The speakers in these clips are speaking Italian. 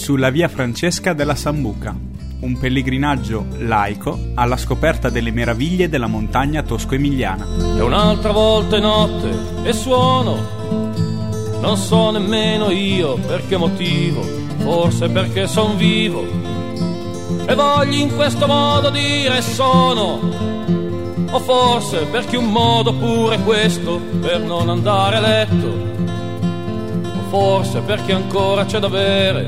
sulla via Francesca della Sambuca, un pellegrinaggio laico alla scoperta delle meraviglie della montagna tosco-emiliana. E un'altra volta è notte e suono, non so nemmeno io per che motivo, forse perché son vivo e voglio in questo modo dire sono, o forse perché un modo pure questo per non andare a letto, forse perché ancora c'è da bere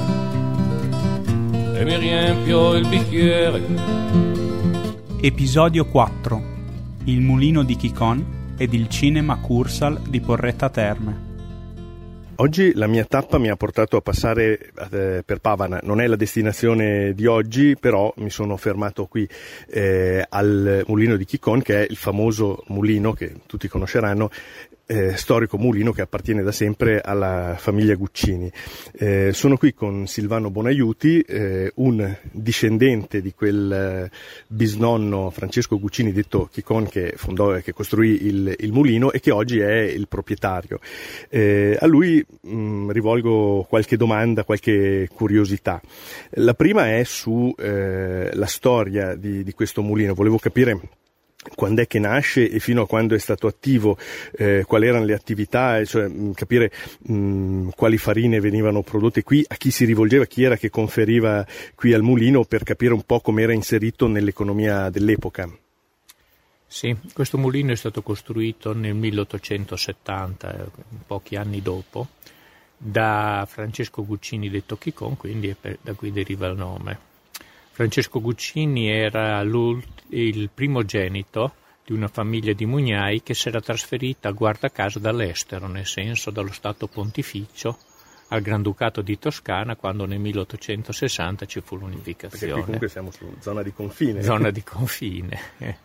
e mi riempio il bicchiere. Episodio 4. Il mulino di Chicon ed il cinema Cursal di Porretta Terme. Oggi la mia tappa mi ha portato a passare per Pavana, non è la destinazione di oggi, però mi sono fermato qui al mulino di Chicon, che è il famoso mulino che tutti conosceranno, storico mulino che appartiene da sempre alla famiglia Guccini. Sono qui con Silvano Bonaiuti, un discendente di quel bisnonno Francesco Guccini detto Chicon che costruì il mulino e che oggi è il proprietario. A lui rivolgo qualche domanda, qualche curiosità. La prima è su la storia di questo mulino. Volevo capire quando è che nasce e fino a quando è stato attivo, quali erano le attività, cioè capire quali farine venivano prodotte qui, a chi si rivolgeva, chi era che conferiva qui al mulino, per capire un po' come era inserito nell'economia dell'epoca. Sì, questo mulino è stato costruito nel 1870, pochi anni dopo, da Francesco Guccini detto Chicon, quindi da qui deriva il nome. Francesco Guccini era il primogenito di una famiglia di mugnai che si era trasferita, guarda caso, dall'estero, nel senso dallo Stato Pontificio al Granducato di Toscana, quando nel 1860 ci fu l'unificazione. Perché qui comunque siamo su zona di confine. Zona di confine.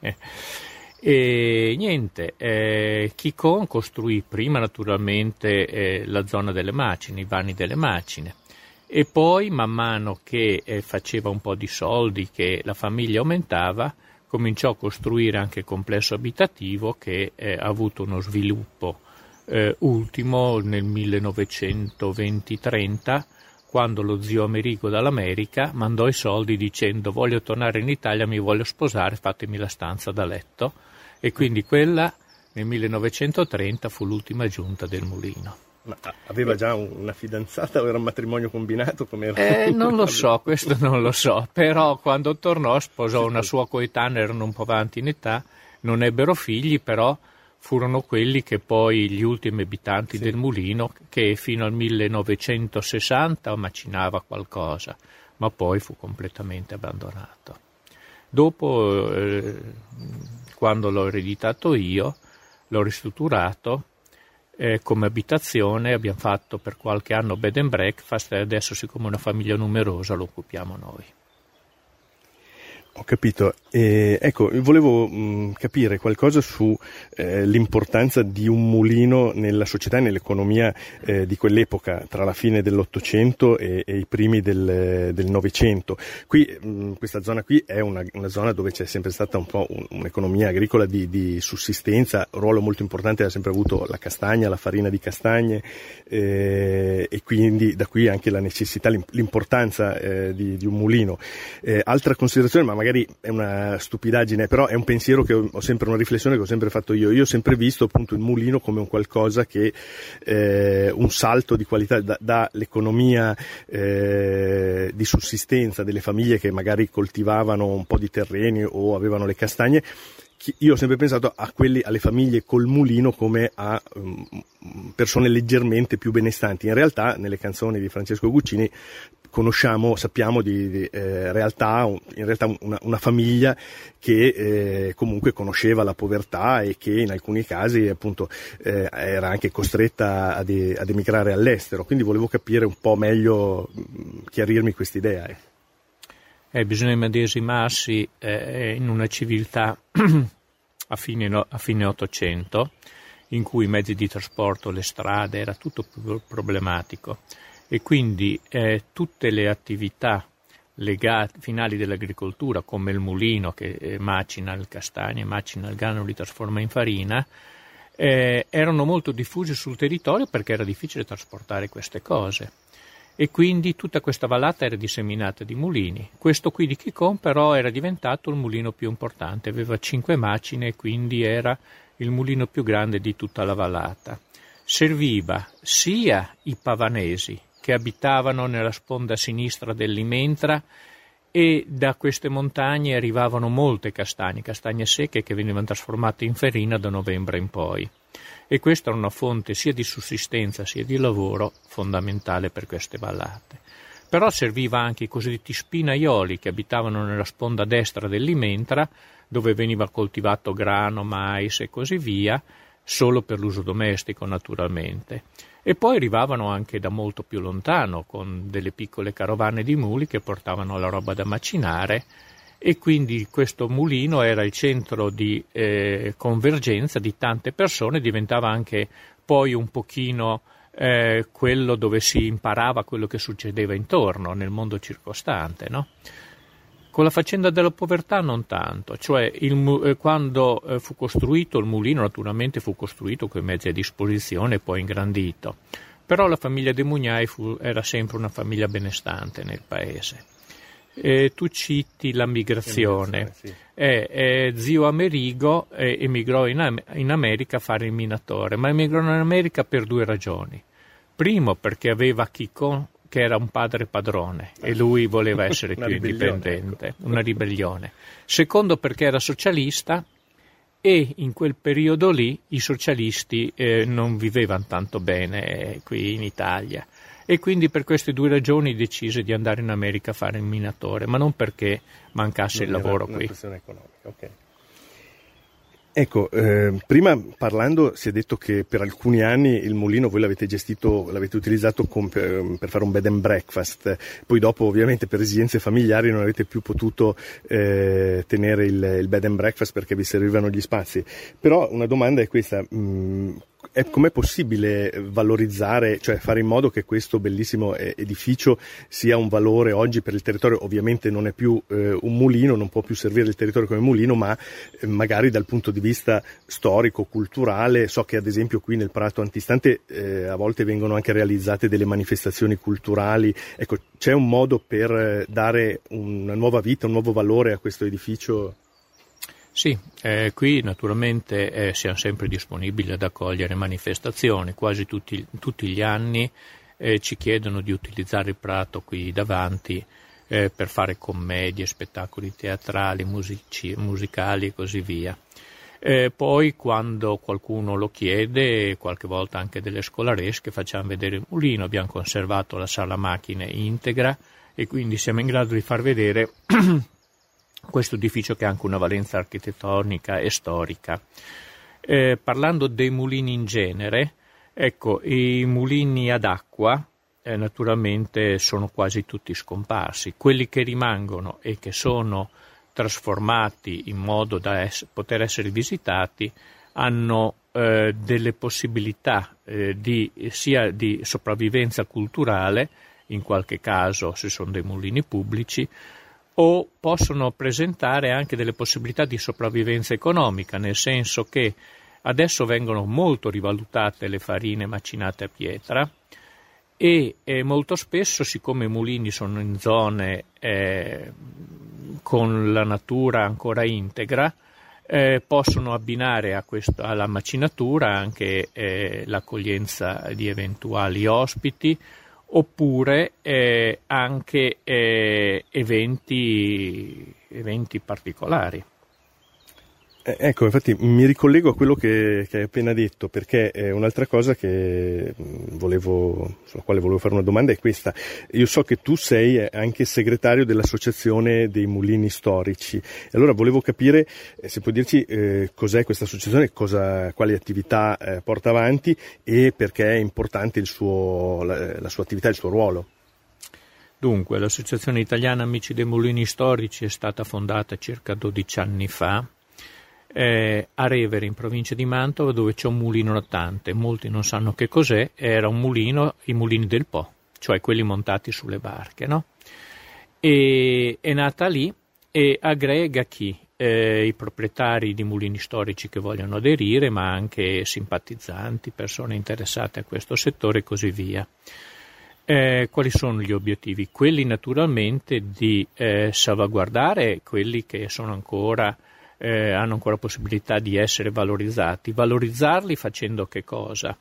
E niente, Chicon costruì prima naturalmente la zona delle macine, i vani delle macine. E poi, man mano che faceva un po' di soldi, che la famiglia aumentava, cominciò a costruire anche il complesso abitativo che ha avuto uno sviluppo ultimo nel 1920-30, quando lo zio Amerigo dall'America mandò i soldi dicendo: voglio tornare in Italia, mi voglio sposare, fatemi la stanza da letto. E quindi quella nel 1930 fu l'ultima giunta del mulino. Ma aveva già una fidanzata o era un matrimonio combinato? Non lo so, questo non lo so, però quando tornò sposò una sua coetanea, erano un po' avanti in età, non ebbero figli, però furono quelli che poi gli ultimi abitanti del mulino, che fino al 1960 macinava qualcosa, ma poi fu completamente abbandonato. Dopo, quando l'ho ereditato io, l'ho ristrutturato come abitazione, abbiamo fatto per qualche anno bed and breakfast e adesso, siccome è una famiglia numerosa, lo occupiamo noi. Ho capito. Ecco, volevo capire qualcosa su l'importanza di un mulino nella società e nell'economia di quell'epoca, tra la fine dell'Ottocento e i primi del Novecento. Qui, questa zona qui è una zona dove c'è sempre stata un po' un'economia agricola di sussistenza, un ruolo molto importante ha sempre avuto la castagna, la farina di castagne, e quindi da qui anche la necessità, l'importanza di un mulino. Altra considerazione, ma magari è una stupidaggine, però è un pensiero che ho sempre, una riflessione che ho sempre fatto io. Io ho sempre visto appunto il mulino come un qualcosa che un salto di qualità dall'economia di sussistenza delle famiglie che magari coltivavano un po' di terreni o avevano le castagne. Io ho sempre pensato alle famiglie col mulino come a persone leggermente più benestanti. In realtà nelle canzoni di Francesco Guccini sappiamo di realtà una famiglia che comunque conosceva la povertà e che in alcuni casi appunto era anche costretta ad emigrare all'estero. Quindi volevo capire un po' meglio, chiarirmi quest'idea. Bisogna immedesimarsi in una civiltà a fine Ottocento, in cui i mezzi di trasporto, le strade, era tutto più problematico. E quindi tutte le attività finali dell'agricoltura, come il mulino che macina il castagne, macina il grano, li trasforma in farina, erano molto diffuse sul territorio perché era difficile trasportare queste cose. e quindi tutta questa vallata era disseminata di mulini. Questo qui di Chicon però era diventato il mulino più importante, aveva 5 macine e quindi era il mulino più grande di tutta la vallata. Serviva sia i pavanesi che abitavano nella sponda sinistra dell'Imentra, e da queste montagne arrivavano molte castagne secche che venivano trasformate in farina da novembre in poi. E questa era una fonte sia di sussistenza sia di lavoro fondamentale per queste vallate. Però serviva anche i cosiddetti spinaioli che abitavano nella sponda destra dell'Imentra, dove veniva coltivato grano, mais e così via, solo per l'uso domestico naturalmente. E poi arrivavano anche da molto più lontano con delle piccole carovane di muli che portavano la roba da macinare, e quindi questo mulino era il centro di convergenza di tante persone, diventava anche poi un pochino quello dove si imparava quello che succedeva intorno nel mondo circostante, no? Con la faccenda della povertà non tanto, cioè quando fu costruito il mulino, naturalmente fu costruito con i mezzi a disposizione e poi ingrandito, però la famiglia dei Mugnai era sempre una famiglia benestante nel paese. Tu citi la migrazione. Sì. Zio Amerigo emigrò in America a fare il minatore, ma emigrò in America per 2 ragioni. Primo, perché aveva Chicon, che era un padre padrone, e lui voleva essere più indipendente, ecco. Una ribellione. Secondo, perché era socialista, e in quel periodo lì i socialisti non vivevano tanto bene qui in Italia, e quindi per queste 2 ragioni decise di andare in America a fare il minatore, ma non perché mancasse il lavoro qui. Questione economica, ok. Ecco, prima parlando si è detto che per alcuni anni il mulino voi l'avete utilizzato per fare un bed and breakfast, poi dopo ovviamente per esigenze familiari non avete più potuto tenere il bed and breakfast perché vi servivano gli spazi. Però una domanda è questa: com'è possibile valorizzare, cioè fare in modo che questo bellissimo edificio sia un valore oggi per il territorio? Ovviamente non è più un mulino, non può più servire il territorio come mulino, ma magari dal punto di vista storico, culturale. So che ad esempio qui nel Prato Antistante a volte vengono anche realizzate delle manifestazioni culturali. Ecco, c'è un modo per dare una nuova vita, un nuovo valore a questo edificio? Sì, qui naturalmente siamo sempre disponibili ad accogliere manifestazioni. Quasi tutti gli anni ci chiedono di utilizzare il prato qui davanti per fare commedie, spettacoli teatrali, musicali e così via. Poi quando qualcuno lo chiede, qualche volta anche delle scolaresche, facciamo vedere il mulino. Abbiamo conservato la sala macchine integra e quindi siamo in grado di far vedere questo edificio che ha anche una valenza architettonica e storica. Parlando dei mulini in genere, ecco, i mulini ad acqua naturalmente sono quasi tutti scomparsi. Quelli che rimangono e che sono trasformati in modo da poter essere visitati hanno delle possibilità sia di sopravvivenza culturale, in qualche caso se sono dei mulini pubblici, o possono presentare anche delle possibilità di sopravvivenza economica, nel senso che adesso vengono molto rivalutate le farine macinate a pietra e molto spesso, siccome i mulini sono in zone con la natura ancora integra, possono abbinare alla macinatura anche l'accoglienza di eventuali ospiti, oppure anche eventi particolari. Ecco, infatti mi ricollego a quello che hai appena detto, perché un'altra cosa sulla quale volevo fare una domanda è questa. Io so che tu sei anche segretario dell'Associazione dei Mulini Storici, e allora volevo capire se puoi dirci cos'è questa associazione, quali attività porta avanti e perché è importante la sua attività, il suo ruolo. Dunque, l'Associazione Italiana Amici dei Mulini Storici è stata fondata circa 12 anni fa a Revere, in provincia di Mantova, dove c'è un mulino natante. Molti non sanno che cos'è. Era un mulino, i mulini del Po, cioè quelli montati sulle barche, no? E è nata lì e aggrega chi? I proprietari di mulini storici che vogliono aderire, ma anche simpatizzanti, persone interessate a questo settore e così via. Quali sono gli obiettivi? Quelli naturalmente di salvaguardare quelli che sono ancora hanno ancora possibilità di essere valorizzati. Valorizzarli facendo che cosa?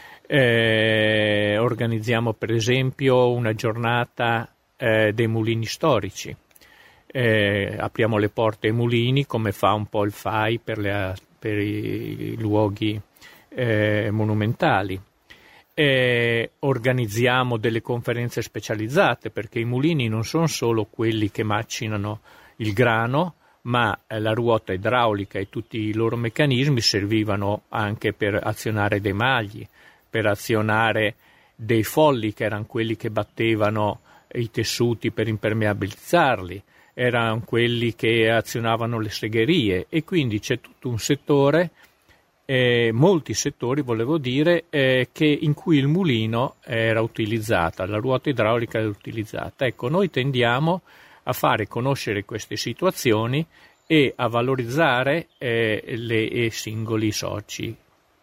Organizziamo per esempio una giornata dei mulini storici. Apriamo le porte ai mulini come fa un po' il FAI per i luoghi monumentali. Organizziamo delle conferenze specializzate, perché i mulini non sono solo quelli che macinano il grano, ma la ruota idraulica e tutti i loro meccanismi servivano anche per azionare dei magli, per azionare dei folli, che erano quelli che battevano i tessuti per impermeabilizzarli, erano quelli che azionavano le segherie, e quindi c'è tutto un settore, molti settori volevo dire, in cui il mulino era utilizzata, la ruota idraulica era utilizzata. Ecco, noi tendiamo a fare conoscere queste situazioni e a valorizzare i singoli soci.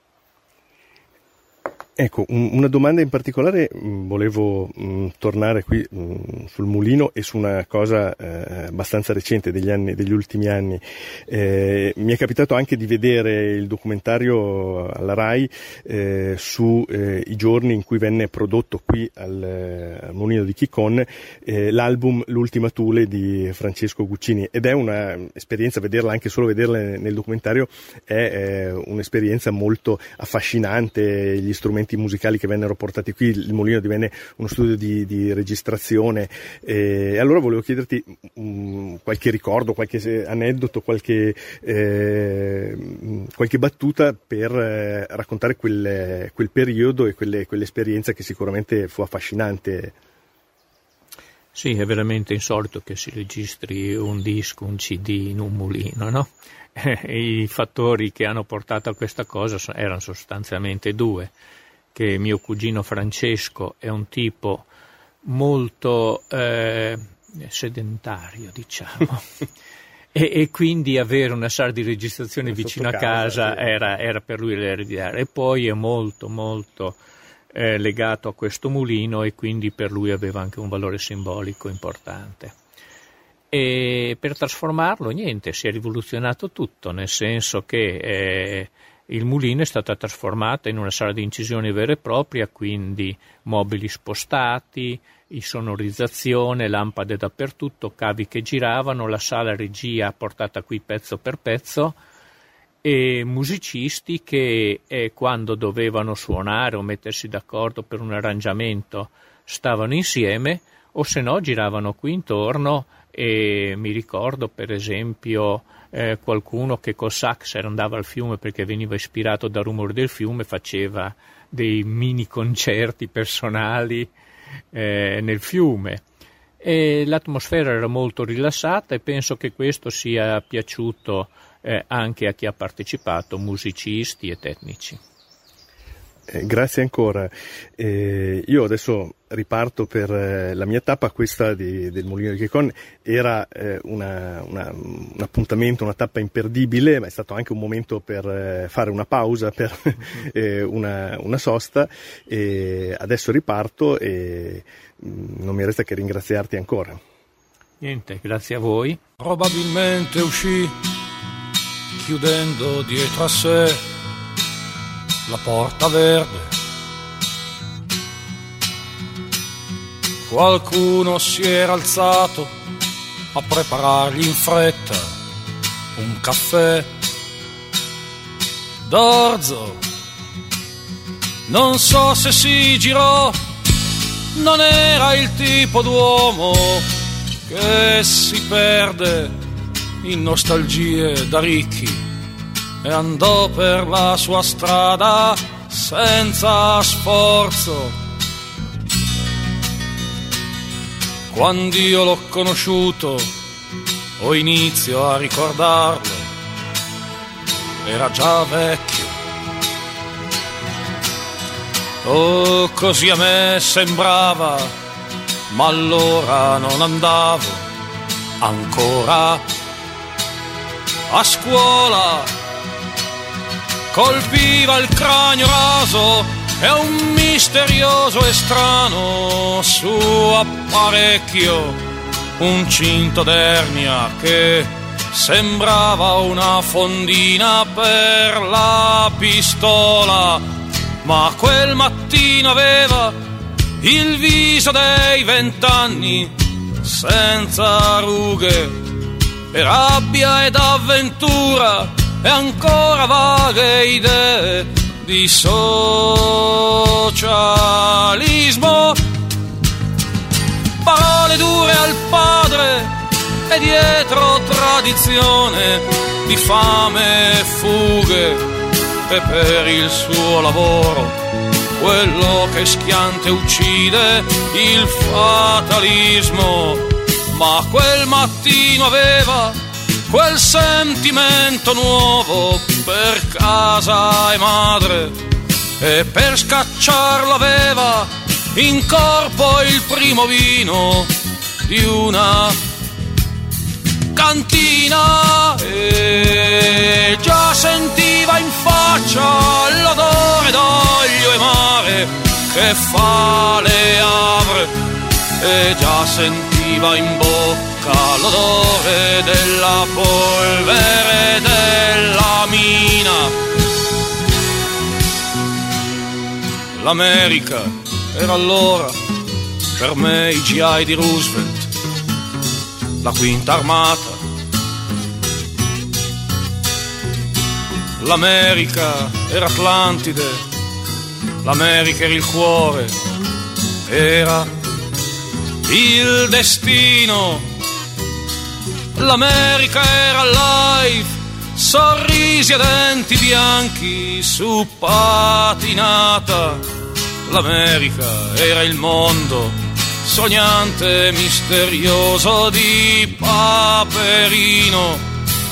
Ecco, una domanda in particolare, volevo tornare qui sul mulino e su una cosa abbastanza recente degli ultimi anni. Mi è capitato anche di vedere il documentario alla RAI su i giorni in cui venne prodotto qui al mulino di Chicon l'album L'ultima Thule di Francesco Guccini, ed è un'esperienza, anche solo vederla nel documentario è un'esperienza molto affascinante. Gli strumenti musicali che vennero portati qui, il mulino divenne uno studio di registrazione, e allora volevo chiederti qualche ricordo, qualche aneddoto, qualche battuta per raccontare quel periodo e quell'esperienza che sicuramente fu affascinante. Sì, è veramente insolito che si registri un disco, un CD in un mulino, no? I fattori che hanno portato a questa cosa erano sostanzialmente due: che mio cugino Francesco è un tipo molto sedentario, diciamo, e quindi avere una sala di registrazione vicino a casa era per lui l'eredità, e poi è molto molto legato a questo mulino, e quindi per lui aveva anche un valore simbolico importante. E per trasformarlo si è rivoluzionato tutto, nel senso che il mulino è stata trasformata in una sala di incisione vera e propria, quindi mobili spostati, sonorizzazione, lampade dappertutto, cavi che giravano, la sala regia portata qui pezzo per pezzo, e musicisti che quando dovevano suonare o mettersi d'accordo per un arrangiamento stavano insieme, o se no giravano qui intorno. E mi ricordo per esempio qualcuno che col sax andava al fiume perché veniva ispirato dal rumore del fiume, faceva dei mini concerti personali nel fiume, e l'atmosfera era molto rilassata, e penso che questo sia piaciuto anche a chi ha partecipato, musicisti e tecnici. Grazie ancora. Io adesso riparto per la mia tappa. Questa del mulino di Chicon era un appuntamento, una tappa imperdibile, ma è stato anche un momento per fare una pausa, per una sosta, e adesso riparto e non mi resta che ringraziarti ancora. Niente, grazie a voi. Probabilmente uscì chiudendo dietro a sé la porta verde. Qualcuno si era alzato a preparargli in fretta un caffè. D'orzo, non so se si girò, non era il tipo d'uomo che si perde in nostalgie da ricchi, e andò per la sua strada senza sforzo. Quando io l'ho conosciuto, o inizio a ricordarlo, era già vecchio. Oh, così a me sembrava, ma allora non andavo ancora a scuola. Colpiva il cranio raso è un misterioso e strano suo apparecchio, un cinto d'ernia che sembrava una fondina per la pistola, ma quel mattino aveva il viso dei 20 anni, senza rughe e rabbia ed avventura e ancora vaghe idee di socialismo. Parole dure al padre e dietro tradizione di fame e fughe, e per il suo lavoro quello che schianta e uccide il fatalismo. Ma quel mattino aveva quel sentimento nuovo per casa e madre, e per scacciarlo aveva in corpo il primo vino di una cantina, e già sentiva in faccia l'odore d'olio e mare che fa le apre, e già sentiva in bocca l'odore della polvere e della mina. L'America era allora per me i GI di Roosevelt, la quinta armata. L'America era Atlantide, l'America era il cuore, era il destino. L'America era life, sorrisi e denti bianchi su patinata. L'America era il mondo sognante e misterioso di Paperino.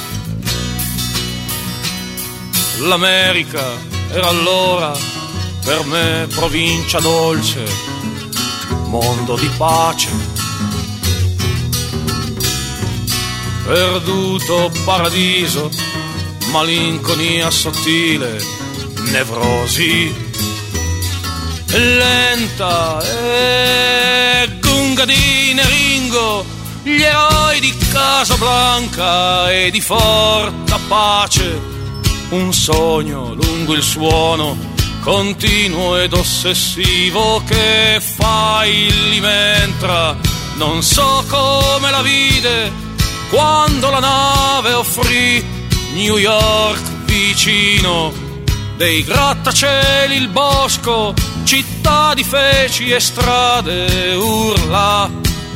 L'America era allora per me provincia dolce, mondo di pace, perduto paradiso, malinconia sottile, nevrosi lenta e Gungadin e Ringo, gli eroi di Casablanca e di Fort Apache, un sogno lungo il suono continuo ed ossessivo che fa illimentra. Non so come la vide quando la nave offrì New York vicino, dei grattacieli il bosco, città di feci e strade, urla,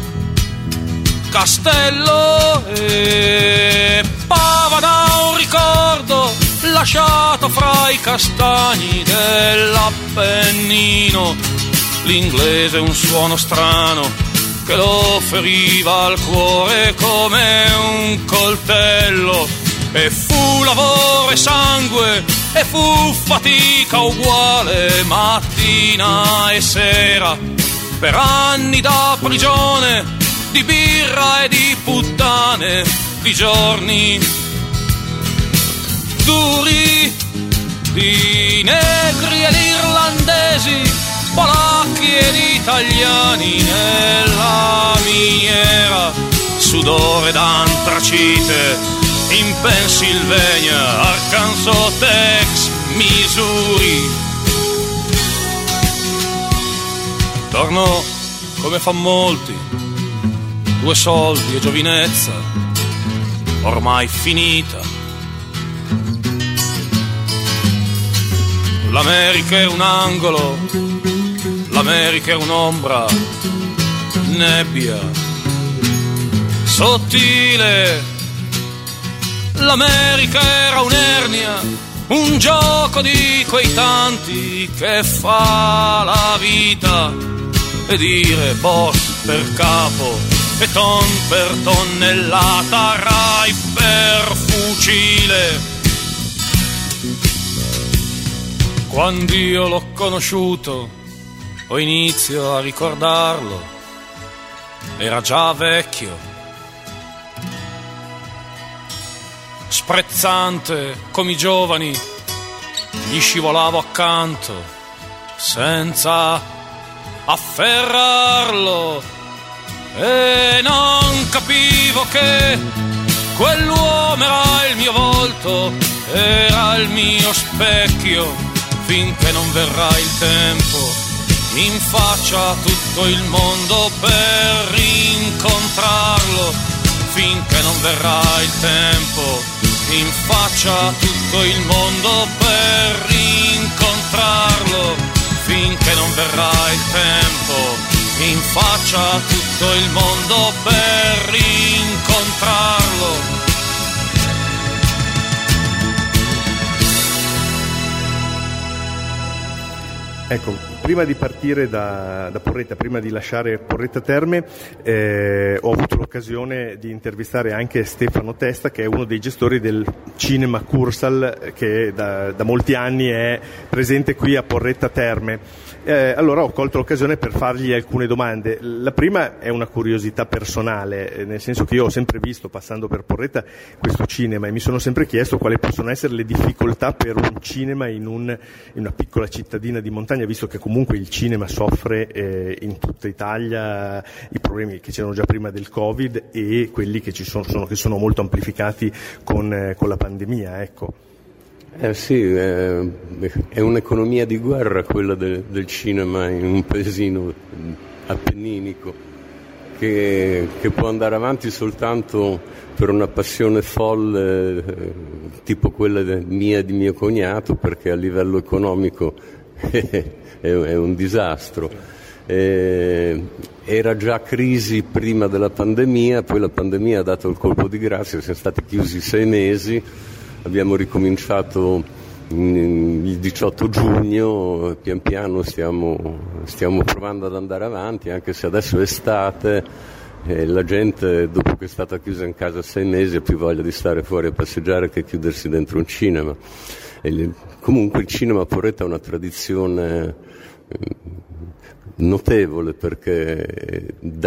castello e pava da un ricordo lasciato fra i castagni dell'Appennino. L'inglese un suono strano che lo feriva al cuore come un coltello, e fu lavoro e sangue e fu fatica uguale mattina e sera, per anni da prigione, di birra e di puttane, di giorni duri, di negri ed irlandesi, polacchi ed italiani nella miniera, sudore d'antracite in Pennsylvania, Arkansas, Texas, Missouri. Tornò come fan molti, 2 soldi e giovinezza ormai finita. L'America era un angolo, l'America era un'ombra, nebbia sottile. L'America era un'ernia, un gioco di quei tanti che fa la vita, e dire boss per capo e ton per tonnellata, rifle per fucile. Quando io l'ho conosciuto, ho inizio a ricordarlo, era già vecchio, sprezzante come i giovani, gli scivolavo accanto, senza afferrarlo, e non capivo che quell'uomo era il mio volto, era il mio specchio, finché non verrà il tempo in faccia a tutto il mondo per rincontrarlo, finché non verrà il tempo in faccia a tutto il mondo per rincontrarlo, finché non verrà il tempo in faccia a tutto il mondo per rincontrarlo. Ecco, prima di partire da Porretta, prima di lasciare Porretta Terme, ho avuto l'occasione di intervistare anche Stefano Testa, che è uno dei gestori del Cinema Cursal, che da molti anni è presente qui a Porretta Terme. Allora ho colto l'occasione per fargli alcune domande. La prima è una curiosità personale, nel senso che io ho sempre visto, passando per Porretta, questo cinema, e mi sono sempre chiesto quali possono essere le difficoltà per un cinema in una piccola cittadina di montagna, visto che comunque il cinema soffre in tutta Italia i problemi che c'erano già prima del Covid e quelli che ci sono che sono molto amplificati con la pandemia, ecco. Sì, è un'economia di guerra quella del cinema in un paesino appenninico che può andare avanti soltanto per una passione folle tipo quella mia e di mio cognato, perché a livello economico è un disastro. Era già crisi prima della pandemia, poi la pandemia ha dato il colpo di grazia, siamo stati chiusi 6 mesi. Abbiamo ricominciato il 18 giugno, pian piano stiamo provando ad andare avanti, anche se adesso è estate e la gente, dopo che è stata chiusa in casa 6 mesi, ha più voglia di stare fuori a passeggiare che chiudersi dentro un cinema. Comunque il cinema a Porretta ha una tradizione notevole, perché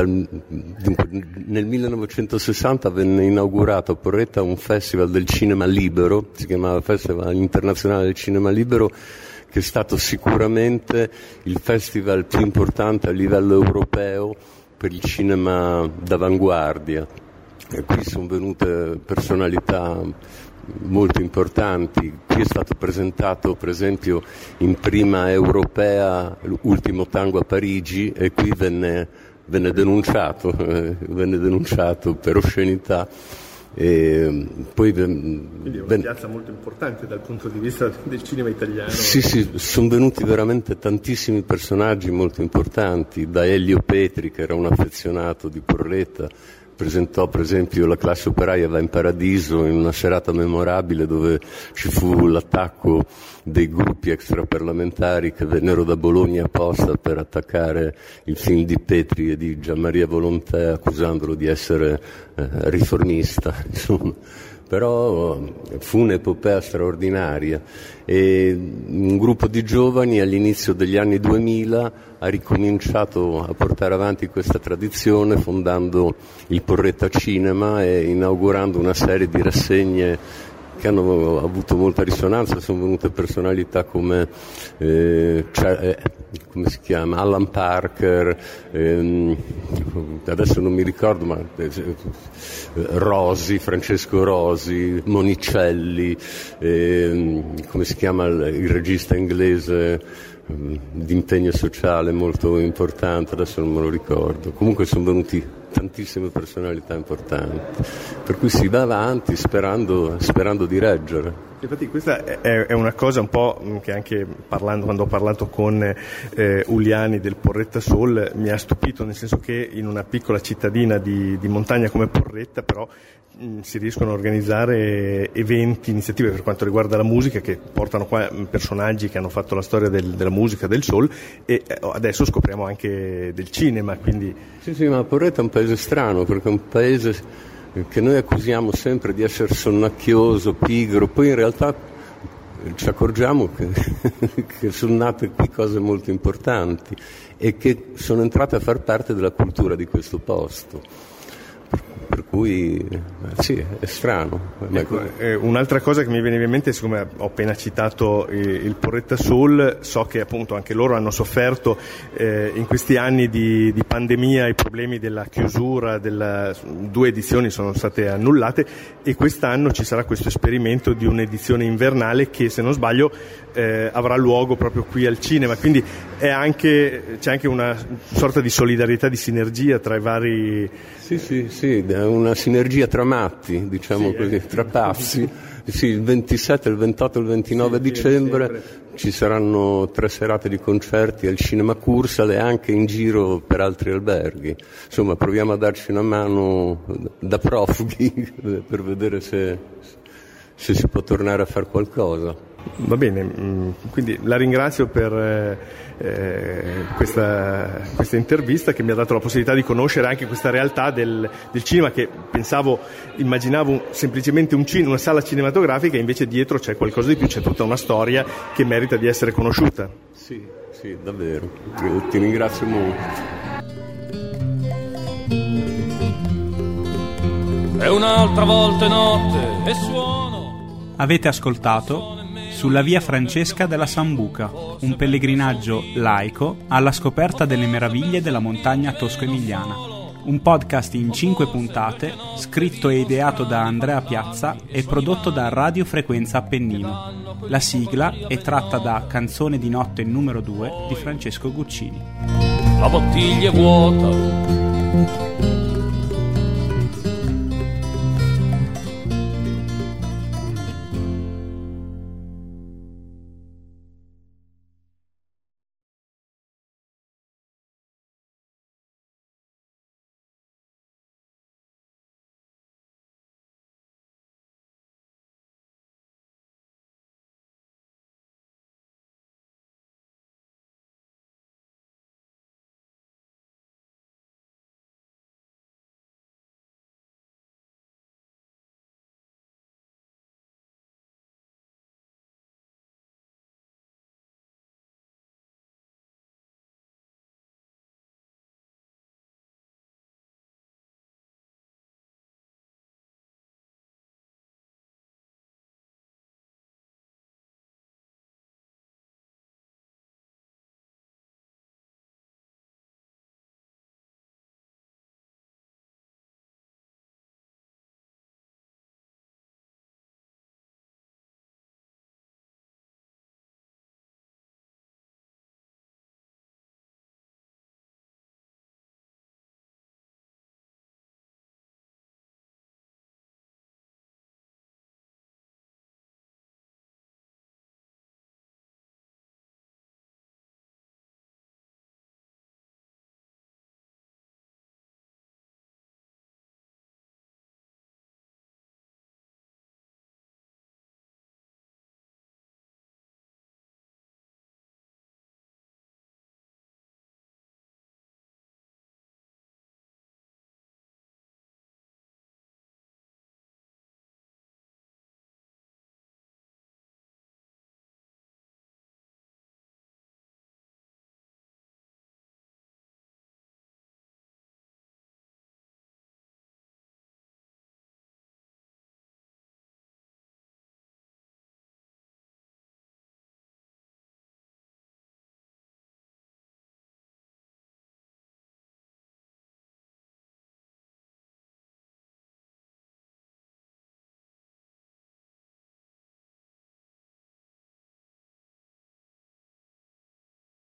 nel 1960 venne inaugurato a Porretta un festival del cinema libero, si chiamava Festival Internazionale del Cinema Libero, che è stato sicuramente il festival più importante a livello europeo per il cinema d'avanguardia. E qui sono venute personalità molto importanti. Qui è stato presentato, per esempio, in prima europea l'Ultimo tango a Parigi, e qui venne denunciato per oscenità. E poi quindi è una piazza molto importante dal punto di vista del cinema italiano. Sì, sono venuti veramente tantissimi personaggi molto importanti, da Elio Petri, che era un affezionato di Porretta, presentò per esempio La classe operaia va in paradiso in una serata memorabile dove ci fu l'attacco dei gruppi extraparlamentari che vennero da Bologna apposta per attaccare il film di Petri e di Gianmaria Volontè, accusandolo di essere riformista, insomma. Però fu un'epopea straordinaria e un gruppo di giovani all'inizio degli anni 2000 ha ricominciato a portare avanti questa tradizione, fondando il Porretta Cinema e inaugurando una serie di rassegne che hanno avuto molta risonanza. Sono venute personalità come come si chiama? Alan Parker, adesso non mi ricordo, ma Francesco Rosi, Monicelli, come si chiama il regista inglese di impegno sociale molto importante, adesso non me lo ricordo. Comunque sono venuti tantissime personalità importanti, per cui si va avanti sperando di reggere. Infatti questa è una cosa un po' che anche quando ho parlato con Uliani del Porretta Soul mi ha stupito, nel senso che in una piccola cittadina di montagna come Porretta però si riescono a organizzare eventi, iniziative per quanto riguarda la musica, che portano qua personaggi che hanno fatto la storia della musica, del soul, e adesso scopriamo anche del cinema, quindi... Sì, ma Porretta è un paese strano, perché è un paese che noi accusiamo sempre di essere sonnacchioso, pigro, poi in realtà ci accorgiamo che sono nate qui cose molto importanti e che sono entrate a far parte della cultura di questo posto. per cui sì, è strano. Ecco, un'altra cosa che mi veniva in mente, siccome ho appena citato il Porretta Soul, so che appunto anche loro hanno sofferto in questi anni di pandemia i problemi della chiusura, 2 edizioni sono state annullate, e quest'anno ci sarà questo esperimento di un'edizione invernale che, se non sbaglio, avrà luogo proprio qui al cinema, quindi c'è anche una sorta di solidarietà, di sinergia tra i vari... Sì, una sinergia tra matti, diciamo così, tra pazzi. Sì, il 27, il 28 e il 29 dicembre ci saranno 3 serate di concerti al Cinema Cursal e anche in giro per altri alberghi. Insomma, proviamo a darci una mano da profughi per vedere se si può tornare a fare qualcosa. Va bene, quindi la ringrazio per questa intervista che mi ha dato la possibilità di conoscere anche questa realtà del cinema, che immaginavo semplicemente una sala cinematografica, e invece dietro c'è qualcosa di più, c'è tutta una storia che merita di essere conosciuta. Sì, davvero, ti ringrazio molto. E un'altra volta è notte e suono. Avete ascoltato Sulla via Francesca della Sambuca, un pellegrinaggio laico alla scoperta delle meraviglie della montagna tosco-emiliana. Un podcast in 5 puntate, scritto e ideato da Andrea Piazza e prodotto da Radio Frequenza Appennino. La sigla è tratta da Canzone di notte numero 2 di Francesco Guccini. La bottiglia è vuota.